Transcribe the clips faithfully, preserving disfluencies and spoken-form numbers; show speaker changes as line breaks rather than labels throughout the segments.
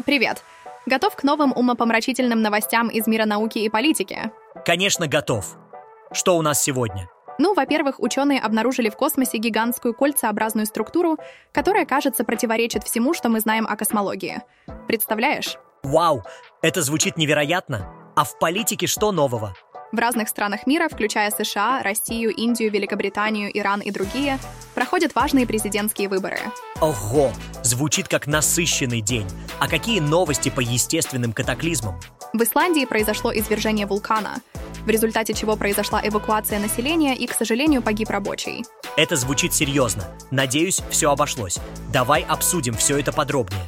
Привет! Готов к новым умопомрачительным новостям из мира науки и политики?
Конечно, готов. Что у нас сегодня?
Ну, во-первых, ученые обнаружили в космосе гигантскую кольцеобразную структуру, которая, кажется, противоречит всему, что мы знаем о космологии. Представляешь?
Вау, это звучит невероятно. А в политике что нового?
В разных странах мира, включая США, Россию, Индию, Великобританию, Иран и другие, проходят важные президентские выборы.
Ого, звучит как насыщенный день. А какие новости по естественным катаклизмам?
В Исландии произошло извержение вулкана, в результате чего произошла эвакуация населения и, к сожалению, погиб рабочий.
Это звучит серьезно. Надеюсь, все обошлось. Давай обсудим все это подробнее.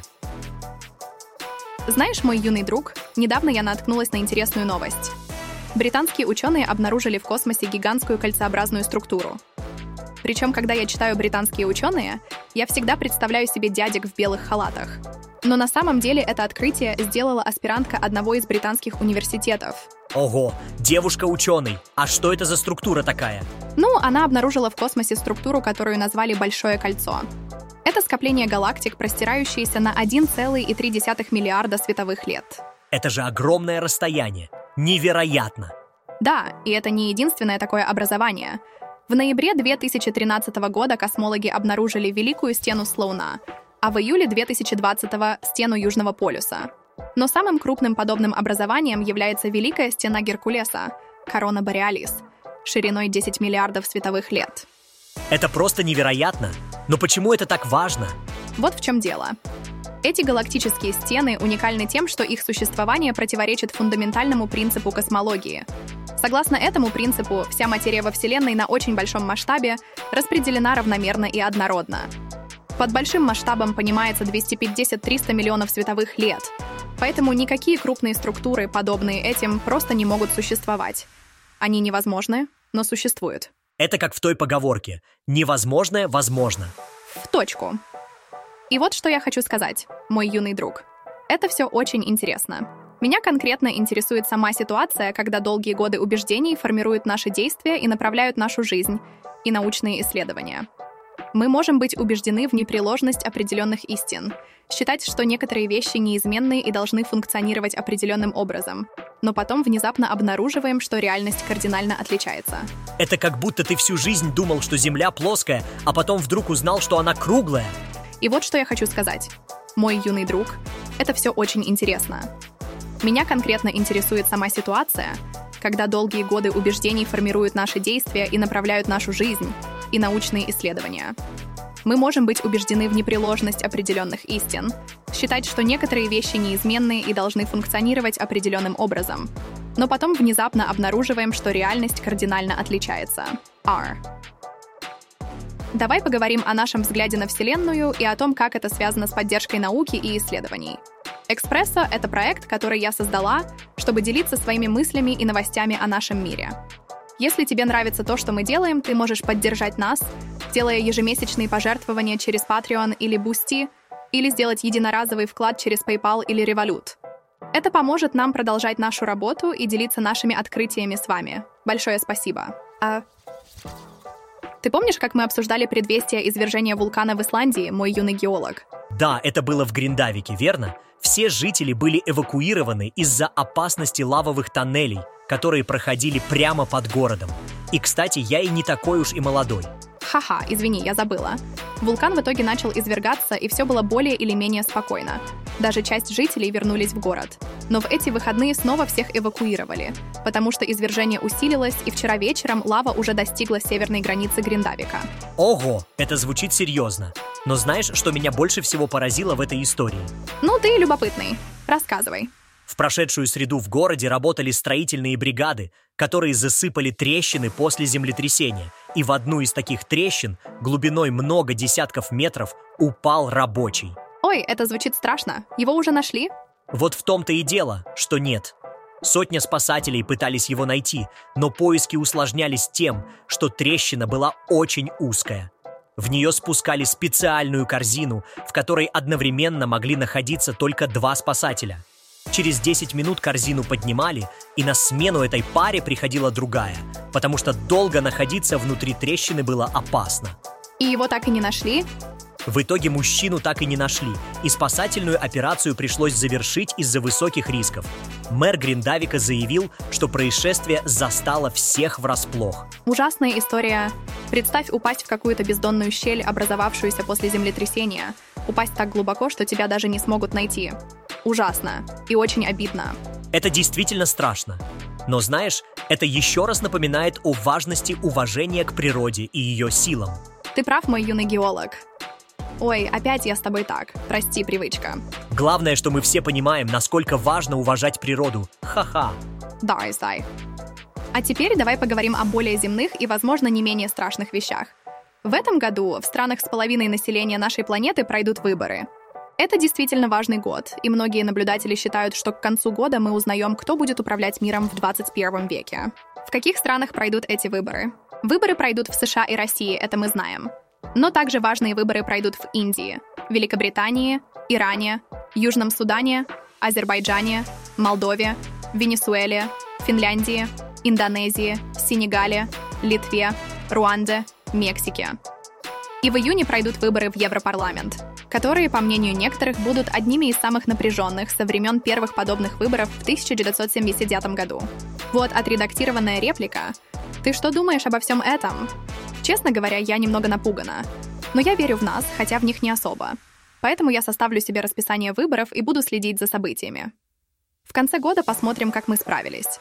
Знаешь, мой юный друг, недавно я наткнулась на интересную новость. Британские ученые обнаружили в космосе гигантскую кольцеобразную структуру. Причем, когда я читаю «британские ученые», я всегда представляю себе дядек в белых халатах. Но на самом деле это открытие сделала аспирантка одного из британских университетов.
Ого, девушка-ученый. А что это за структура такая?
Ну, она обнаружила в космосе структуру, которую назвали «Большое кольцо». Это скопление галактик, простирающееся на один целых три десятых миллиарда световых лет.
Это же огромное расстояние. Невероятно!
Да, и это не единственное такое образование. В ноябре две тысячи тринадцатого года космологи обнаружили Великую стену Слоуна, а в июле две тысячи двадцатого — стену Южного полюса. Но самым крупным подобным образованием является Великая стена Геркулеса, Корона Бореалис, шириной десять миллиардов световых лет.
Это просто невероятно! Но почему это так важно?
Вот в чем дело. Эти галактические стены уникальны тем, что их существование противоречит фундаментальному принципу космологии. Согласно этому принципу, вся материя во Вселенной на очень большом масштабе распределена равномерно и однородно. Под большим масштабом понимается двести пятьдесят - триста миллионов световых лет, поэтому никакие крупные структуры, подобные этим, просто не могут существовать. Они невозможны, но существуют.
Это как в той поговорке: невозможное возможно.
В точку. И вот что я хочу сказать, мой юный друг. Это все очень интересно. Меня конкретно интересует сама ситуация, когда долгие годы убеждений формируют наши действия и направляют нашу жизнь и научные исследования. Мы можем быть убеждены в непреложность определенных истин, считать, что некоторые вещи неизменны и должны функционировать определенным образом, но потом внезапно обнаруживаем, что реальность кардинально отличается.
Это как будто ты всю жизнь думал, что Земля плоская, а потом вдруг узнал, что она круглая.
И вот что я хочу сказать. Мой юный друг, это все очень интересно. Меня конкретно интересует сама ситуация, когда долгие годы убеждений формируют наши действия и направляют нашу жизнь и научные исследования. Мы можем быть убеждены в непреложность определенных истин, считать, что некоторые вещи неизменны и должны функционировать определенным образом, но потом внезапно обнаруживаем, что реальность кардинально отличается. R. Давай поговорим о нашем взгляде на Вселенную и о том, как это связано с поддержкой науки и исследований. «Экспрессо» — это проект, который я создала, чтобы делиться своими мыслями и новостями о нашем мире. Если тебе нравится то, что мы делаем, ты можешь поддержать нас, делая ежемесячные пожертвования через Patreon или Boosty, или сделать единоразовый вклад через PayPal или Revolut. Это поможет нам продолжать нашу работу и делиться нашими открытиями с вами. Большое спасибо. А... Ты помнишь, как мы обсуждали предвестие извержения вулкана в Исландии, мой юный геолог?
Да, это было в Гриндавике, верно? Все жители были эвакуированы из-за опасности лавовых тоннелей, которые проходили прямо под городом. И, кстати, я и не такой уж и молодой.
Ха-ха, извини, я забыла. Вулкан в итоге начал извергаться, и все было более или менее спокойно. Даже часть жителей вернулись в город. Но в эти выходные снова всех эвакуировали, потому что извержение усилилось, и вчера вечером лава уже достигла северной границы Гриндавика.
Ого, это звучит серьезно. Но знаешь, что меня больше всего поразило в этой истории?
Ну, ты любопытный. Рассказывай.
В прошедшую среду в городе работали строительные бригады, которые засыпали трещины после землетрясения. И в одну из таких трещин, глубиной много десятков метров, упал рабочий.
Ой, это звучит страшно. Его уже нашли?
Вот в том-то и дело, что нет. Сотня спасателей пытались его найти, но поиски усложнялись тем, что трещина была очень узкая. В нее спускали специальную корзину, в которой одновременно могли находиться только два спасателя. Через десять минут корзину поднимали, и на смену этой паре приходила другая, потому что долго находиться внутри трещины было опасно.
И его так и не нашли?
В итоге мужчину так и не нашли, и спасательную операцию пришлось завершить из-за высоких рисков. Мэр Гриндавика заявил, что происшествие застало всех врасплох.
Ужасная история. Представь упасть в какую-то бездонную щель, образовавшуюся после землетрясения. Упасть так глубоко, что тебя даже не смогут найти. Ужасно. И очень обидно.
Это действительно страшно. Но знаешь, это еще раз напоминает о важности уважения к природе и ее силам.
Ты прав, мой юный геолог. Ой, опять я с тобой так. Прости, привычка.
Главное, что мы все понимаем, насколько важно уважать природу. Ха-ха.
Да, Исай. А теперь давай поговорим о более земных и, возможно, не менее страшных вещах. В этом году в странах с половиной населения нашей планеты пройдут выборы. Это действительно важный год, и многие наблюдатели считают, что к концу года мы узнаем, кто будет управлять миром в двадцать первом веке. В каких странах пройдут эти выборы? Выборы пройдут в США и России, это мы знаем. Но также важные выборы пройдут в Индии, Великобритании, Иране, Южном Судане, Азербайджане, Молдове, Венесуэле, Финляндии, Индонезии, Сенегале, Литве, Руанде, Мексике. И в июне пройдут выборы в Европарламент, которые, по мнению некоторых, будут одними из самых напряженных со времен первых подобных выборов в тысяча девятьсот семьдесят девятом году. Вот отредактированная реплика. Ты что думаешь обо всем этом? Честно говоря, я немного напугана. Но я верю в нас, хотя в них не особо. Поэтому я составлю себе расписание выборов и буду следить за событиями. В конце года посмотрим, как мы справились.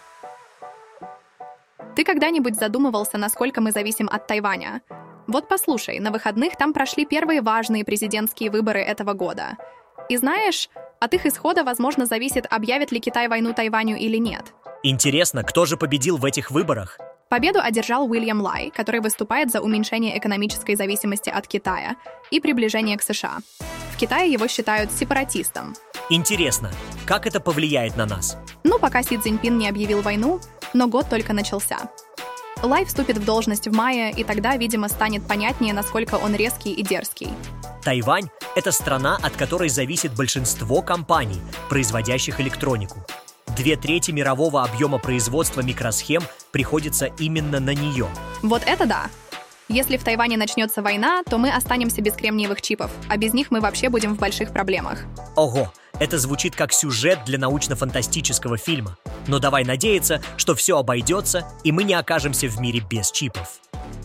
Ты когда-нибудь задумывался, насколько мы зависим от Тайваня? Вот послушай, на выходных там прошли первые важные президентские выборы этого года. И знаешь, от их исхода, возможно, зависит, объявит ли Китай войну Тайваню или нет.
Интересно, кто же победил в этих выборах?
Победу одержал Уильям Лай, который выступает за уменьшение экономической зависимости от Китая и приближение к США. В Китае его считают сепаратистом.
Интересно, как это повлияет на нас?
Ну, пока Си Цзиньпин не объявил войну, но год только начался. Лай вступит в должность в мае, и тогда, видимо, станет понятнее, насколько он резкий и дерзкий.
Тайвань – это страна, от которой зависит большинство компаний, производящих электронику. Две трети мирового объема производства микросхем приходится именно на нее.
Вот это да! Если в Тайване начнется война, то мы останемся без кремниевых чипов, а без них мы вообще будем в больших проблемах.
Ого, это звучит как сюжет для научно-фантастического фильма. Но давай надеяться, что все обойдется, и мы не окажемся в мире без чипов.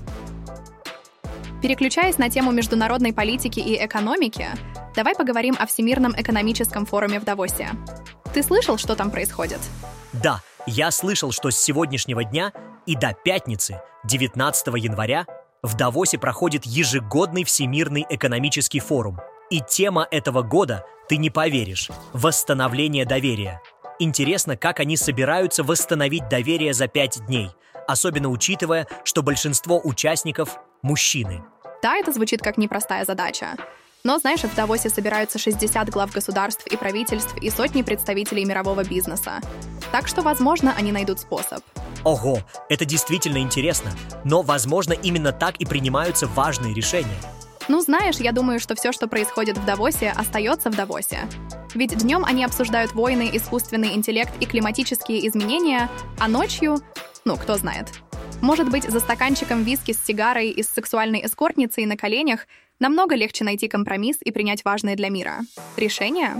Переключаясь на тему международной политики и экономики, давай поговорим о Всемирном экономическом форуме в Давосе. Ты слышал, что там происходит?
Да, я слышал, что с сегодняшнего дня и до пятницы, девятнадцатого января, в Давосе проходит ежегодный Всемирный экономический форум. И тема этого года, ты не поверишь, восстановление доверия. Интересно, как они собираются восстановить доверие за пять дней, особенно учитывая, что большинство участников – мужчины.
Да, это звучит как непростая задача. Но, знаешь, в Давосе собираются шестьдесят глав государств и правительств и сотни представителей мирового бизнеса. Так что, возможно, они найдут способ.
Ого, это действительно интересно, но, возможно, именно так и принимаются важные решения.
Ну, знаешь, я думаю, что все, что происходит в Давосе, остается в Давосе. Ведь днем они обсуждают войны, искусственный интеллект и климатические изменения, а ночью, ну, кто знает. Может быть, за стаканчиком виски с сигарой и с сексуальной эскортницей на коленях намного легче найти компромисс и принять важное для мира решение?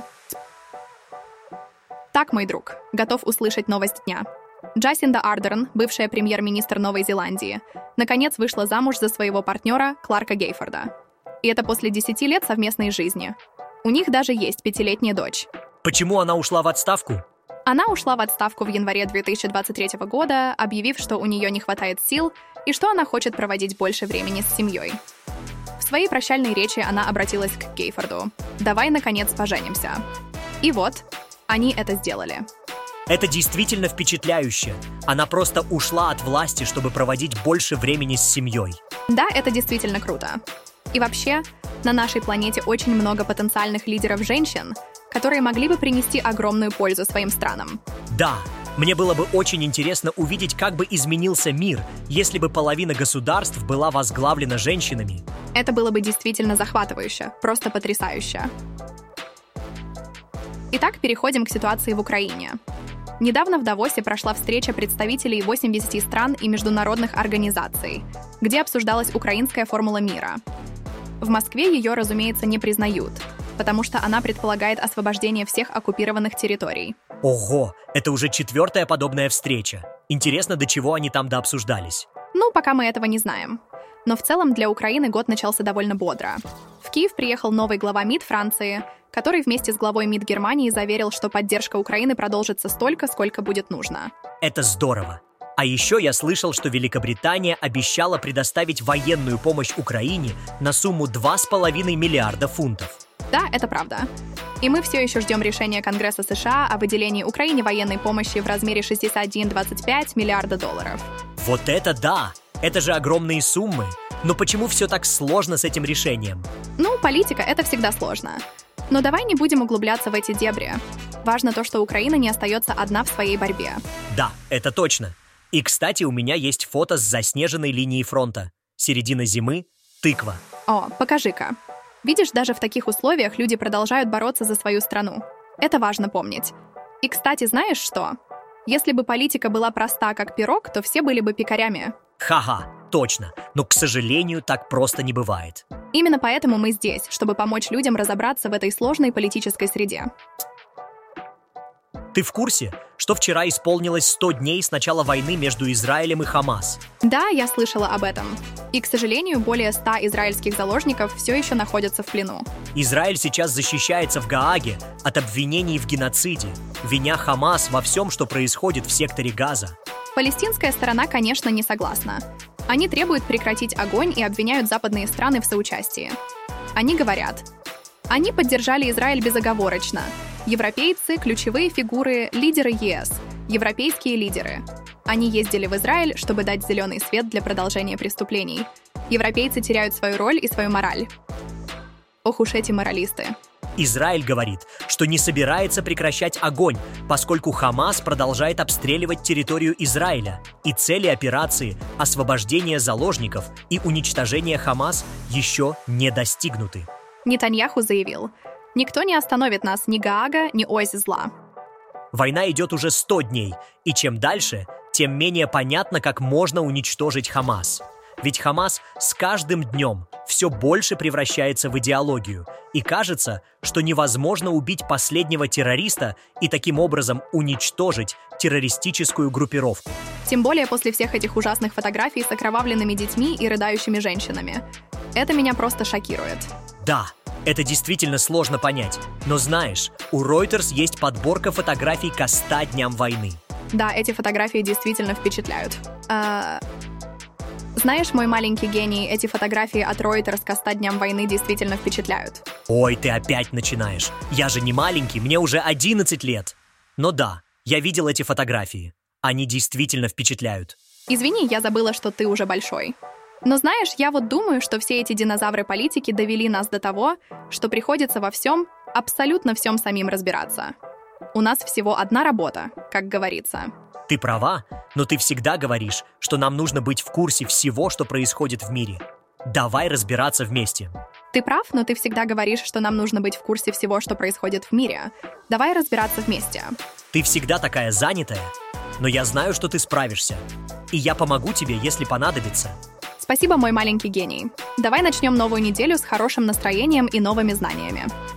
Так, мой друг, готов услышать новость дня. Джасинда Ардерн, бывшая премьер-министр Новой Зеландии, наконец вышла замуж за своего партнера Кларка Гейфорда. И это после десяти лет совместной жизни. У них даже есть пятилетняя дочь.
Почему она ушла в отставку?
Она ушла в отставку в январе две тысячи двадцать третьего года, объявив, что у нее не хватает сил и что она хочет проводить больше времени с семьей. В своей прощальной речи она обратилась к Гейфорду. «Давай, наконец, поженимся». И вот, они это сделали.
Это действительно впечатляюще. Она просто ушла от власти, чтобы проводить больше времени с семьей.
Да, это действительно круто. И вообще, на нашей планете очень много потенциальных лидеров женщин, которые могли бы принести огромную пользу своим странам.
Да, мне было бы очень интересно увидеть, как бы изменился мир, если бы половина государств была возглавлена женщинами.
Это было бы действительно захватывающе, просто потрясающе. Итак, переходим к ситуации в Украине. Недавно в Давосе прошла встреча представителей восьмидесяти стран и международных организаций, где обсуждалась украинская формула мира. В Москве ее, разумеется, не признают, потому что она предполагает освобождение всех оккупированных территорий.
Ого, это уже четвертая подобная встреча. Интересно, до чего они там дообсуждались.
Ну, пока мы этого не знаем. Но в целом для Украины год начался довольно бодро. В Киев приехал новый глава МИД Франции, который вместе с главой МИД Германии заверил, что поддержка Украины продолжится столько, сколько будет нужно.
Это здорово. А еще я слышал, что Великобритания обещала предоставить военную помощь Украине на сумму два с половиной миллиарда фунтов.
Да, это правда. И мы все еще ждем решения Конгресса США о выделении Украине военной помощи в размере шестьдесят один целых двадцать пять сотых миллиарда долларов.
Вот это да! Это же огромные суммы. Но почему все так сложно с этим решением?
Ну, политика — это всегда сложно. Но давай не будем углубляться в эти дебри. Важно то, что Украина не остается одна в своей борьбе.
Да, это точно. И, кстати, у меня есть фото с заснеженной линией фронта. Середина зимы, тыква.
О, покажи-ка. Видишь, даже в таких условиях люди продолжают бороться за свою страну. Это важно помнить. И, кстати, знаешь что? Если бы политика была проста, как пирог, то все были бы пекарями.
Ха-ха, точно. Но, к сожалению, так просто не бывает.
Именно поэтому мы здесь, чтобы помочь людям разобраться в этой сложной политической среде.
Ты в курсе, что вчера исполнилось сто дней с начала войны между Израилем и Хамас?
Да, я слышала об этом. И, к сожалению, более ста израильских заложников все еще находятся в плену.
Израиль сейчас защищается в Гааге от обвинений в геноциде, виня Хамас во всем, что происходит в секторе Газа.
Палестинская сторона, конечно, не согласна. Они требуют прекратить огонь и обвиняют западные страны в соучастии. Они говорят: они поддержали Израиль безоговорочно. Европейцы – ключевые фигуры, лидеры ЕС, европейские лидеры. Они ездили в Израиль, чтобы дать зеленый свет для продолжения преступлений. Европейцы теряют свою роль и свою мораль. Ох уж эти моралисты.
Израиль говорит, что не собирается прекращать огонь, поскольку Хамас продолжает обстреливать территорию Израиля, и цели операции – освобождение заложников и уничтожение Хамас – еще не достигнуты.
Нетаньяху заявил: никто не остановит нас, ни Гаага, ни ось зла.
Война идет уже сто дней, и чем дальше, тем менее понятно, как можно уничтожить Хамас. Ведь Хамас с каждым днем все больше превращается в идеологию, и кажется, что невозможно убить последнего террориста и таким образом уничтожить террористическую группировку.
Тем более после всех этих ужасных фотографий с окровавленными детьми и рыдающими женщинами. Это меня просто шокирует.
Да, это действительно сложно понять. Но знаешь, у Reuters есть подборка фотографий ко ста дням войны.
Да, эти фотографии действительно впечатляют. А... Знаешь, мой маленький гений, эти фотографии от Reuters ко ста дням войны действительно впечатляют.
Ой, ты опять начинаешь. Я же не маленький, мне уже одиннадцать лет. Но да, я видел эти фотографии. Они действительно впечатляют.
Извини, я забыла, что ты уже большой. Но знаешь, я вот думаю, что все эти динозавры политики довели нас до того, что приходится во всем, абсолютно всем самим разбираться. У нас всего одна работа, как говорится.
Ты права, но ты всегда говоришь, что нам нужно быть в курсе всего, что происходит в мире. Давай разбираться вместе.
Ты прав, но ты всегда говоришь, что нам нужно быть в курсе всего, что происходит в мире. Давай разбираться вместе.
Ты всегда такая занятая, но я знаю, что ты справишься. И я помогу тебе, если понадобится.
Спасибо, мой маленький гений. Давай начнем новую неделю с хорошим настроением и новыми знаниями.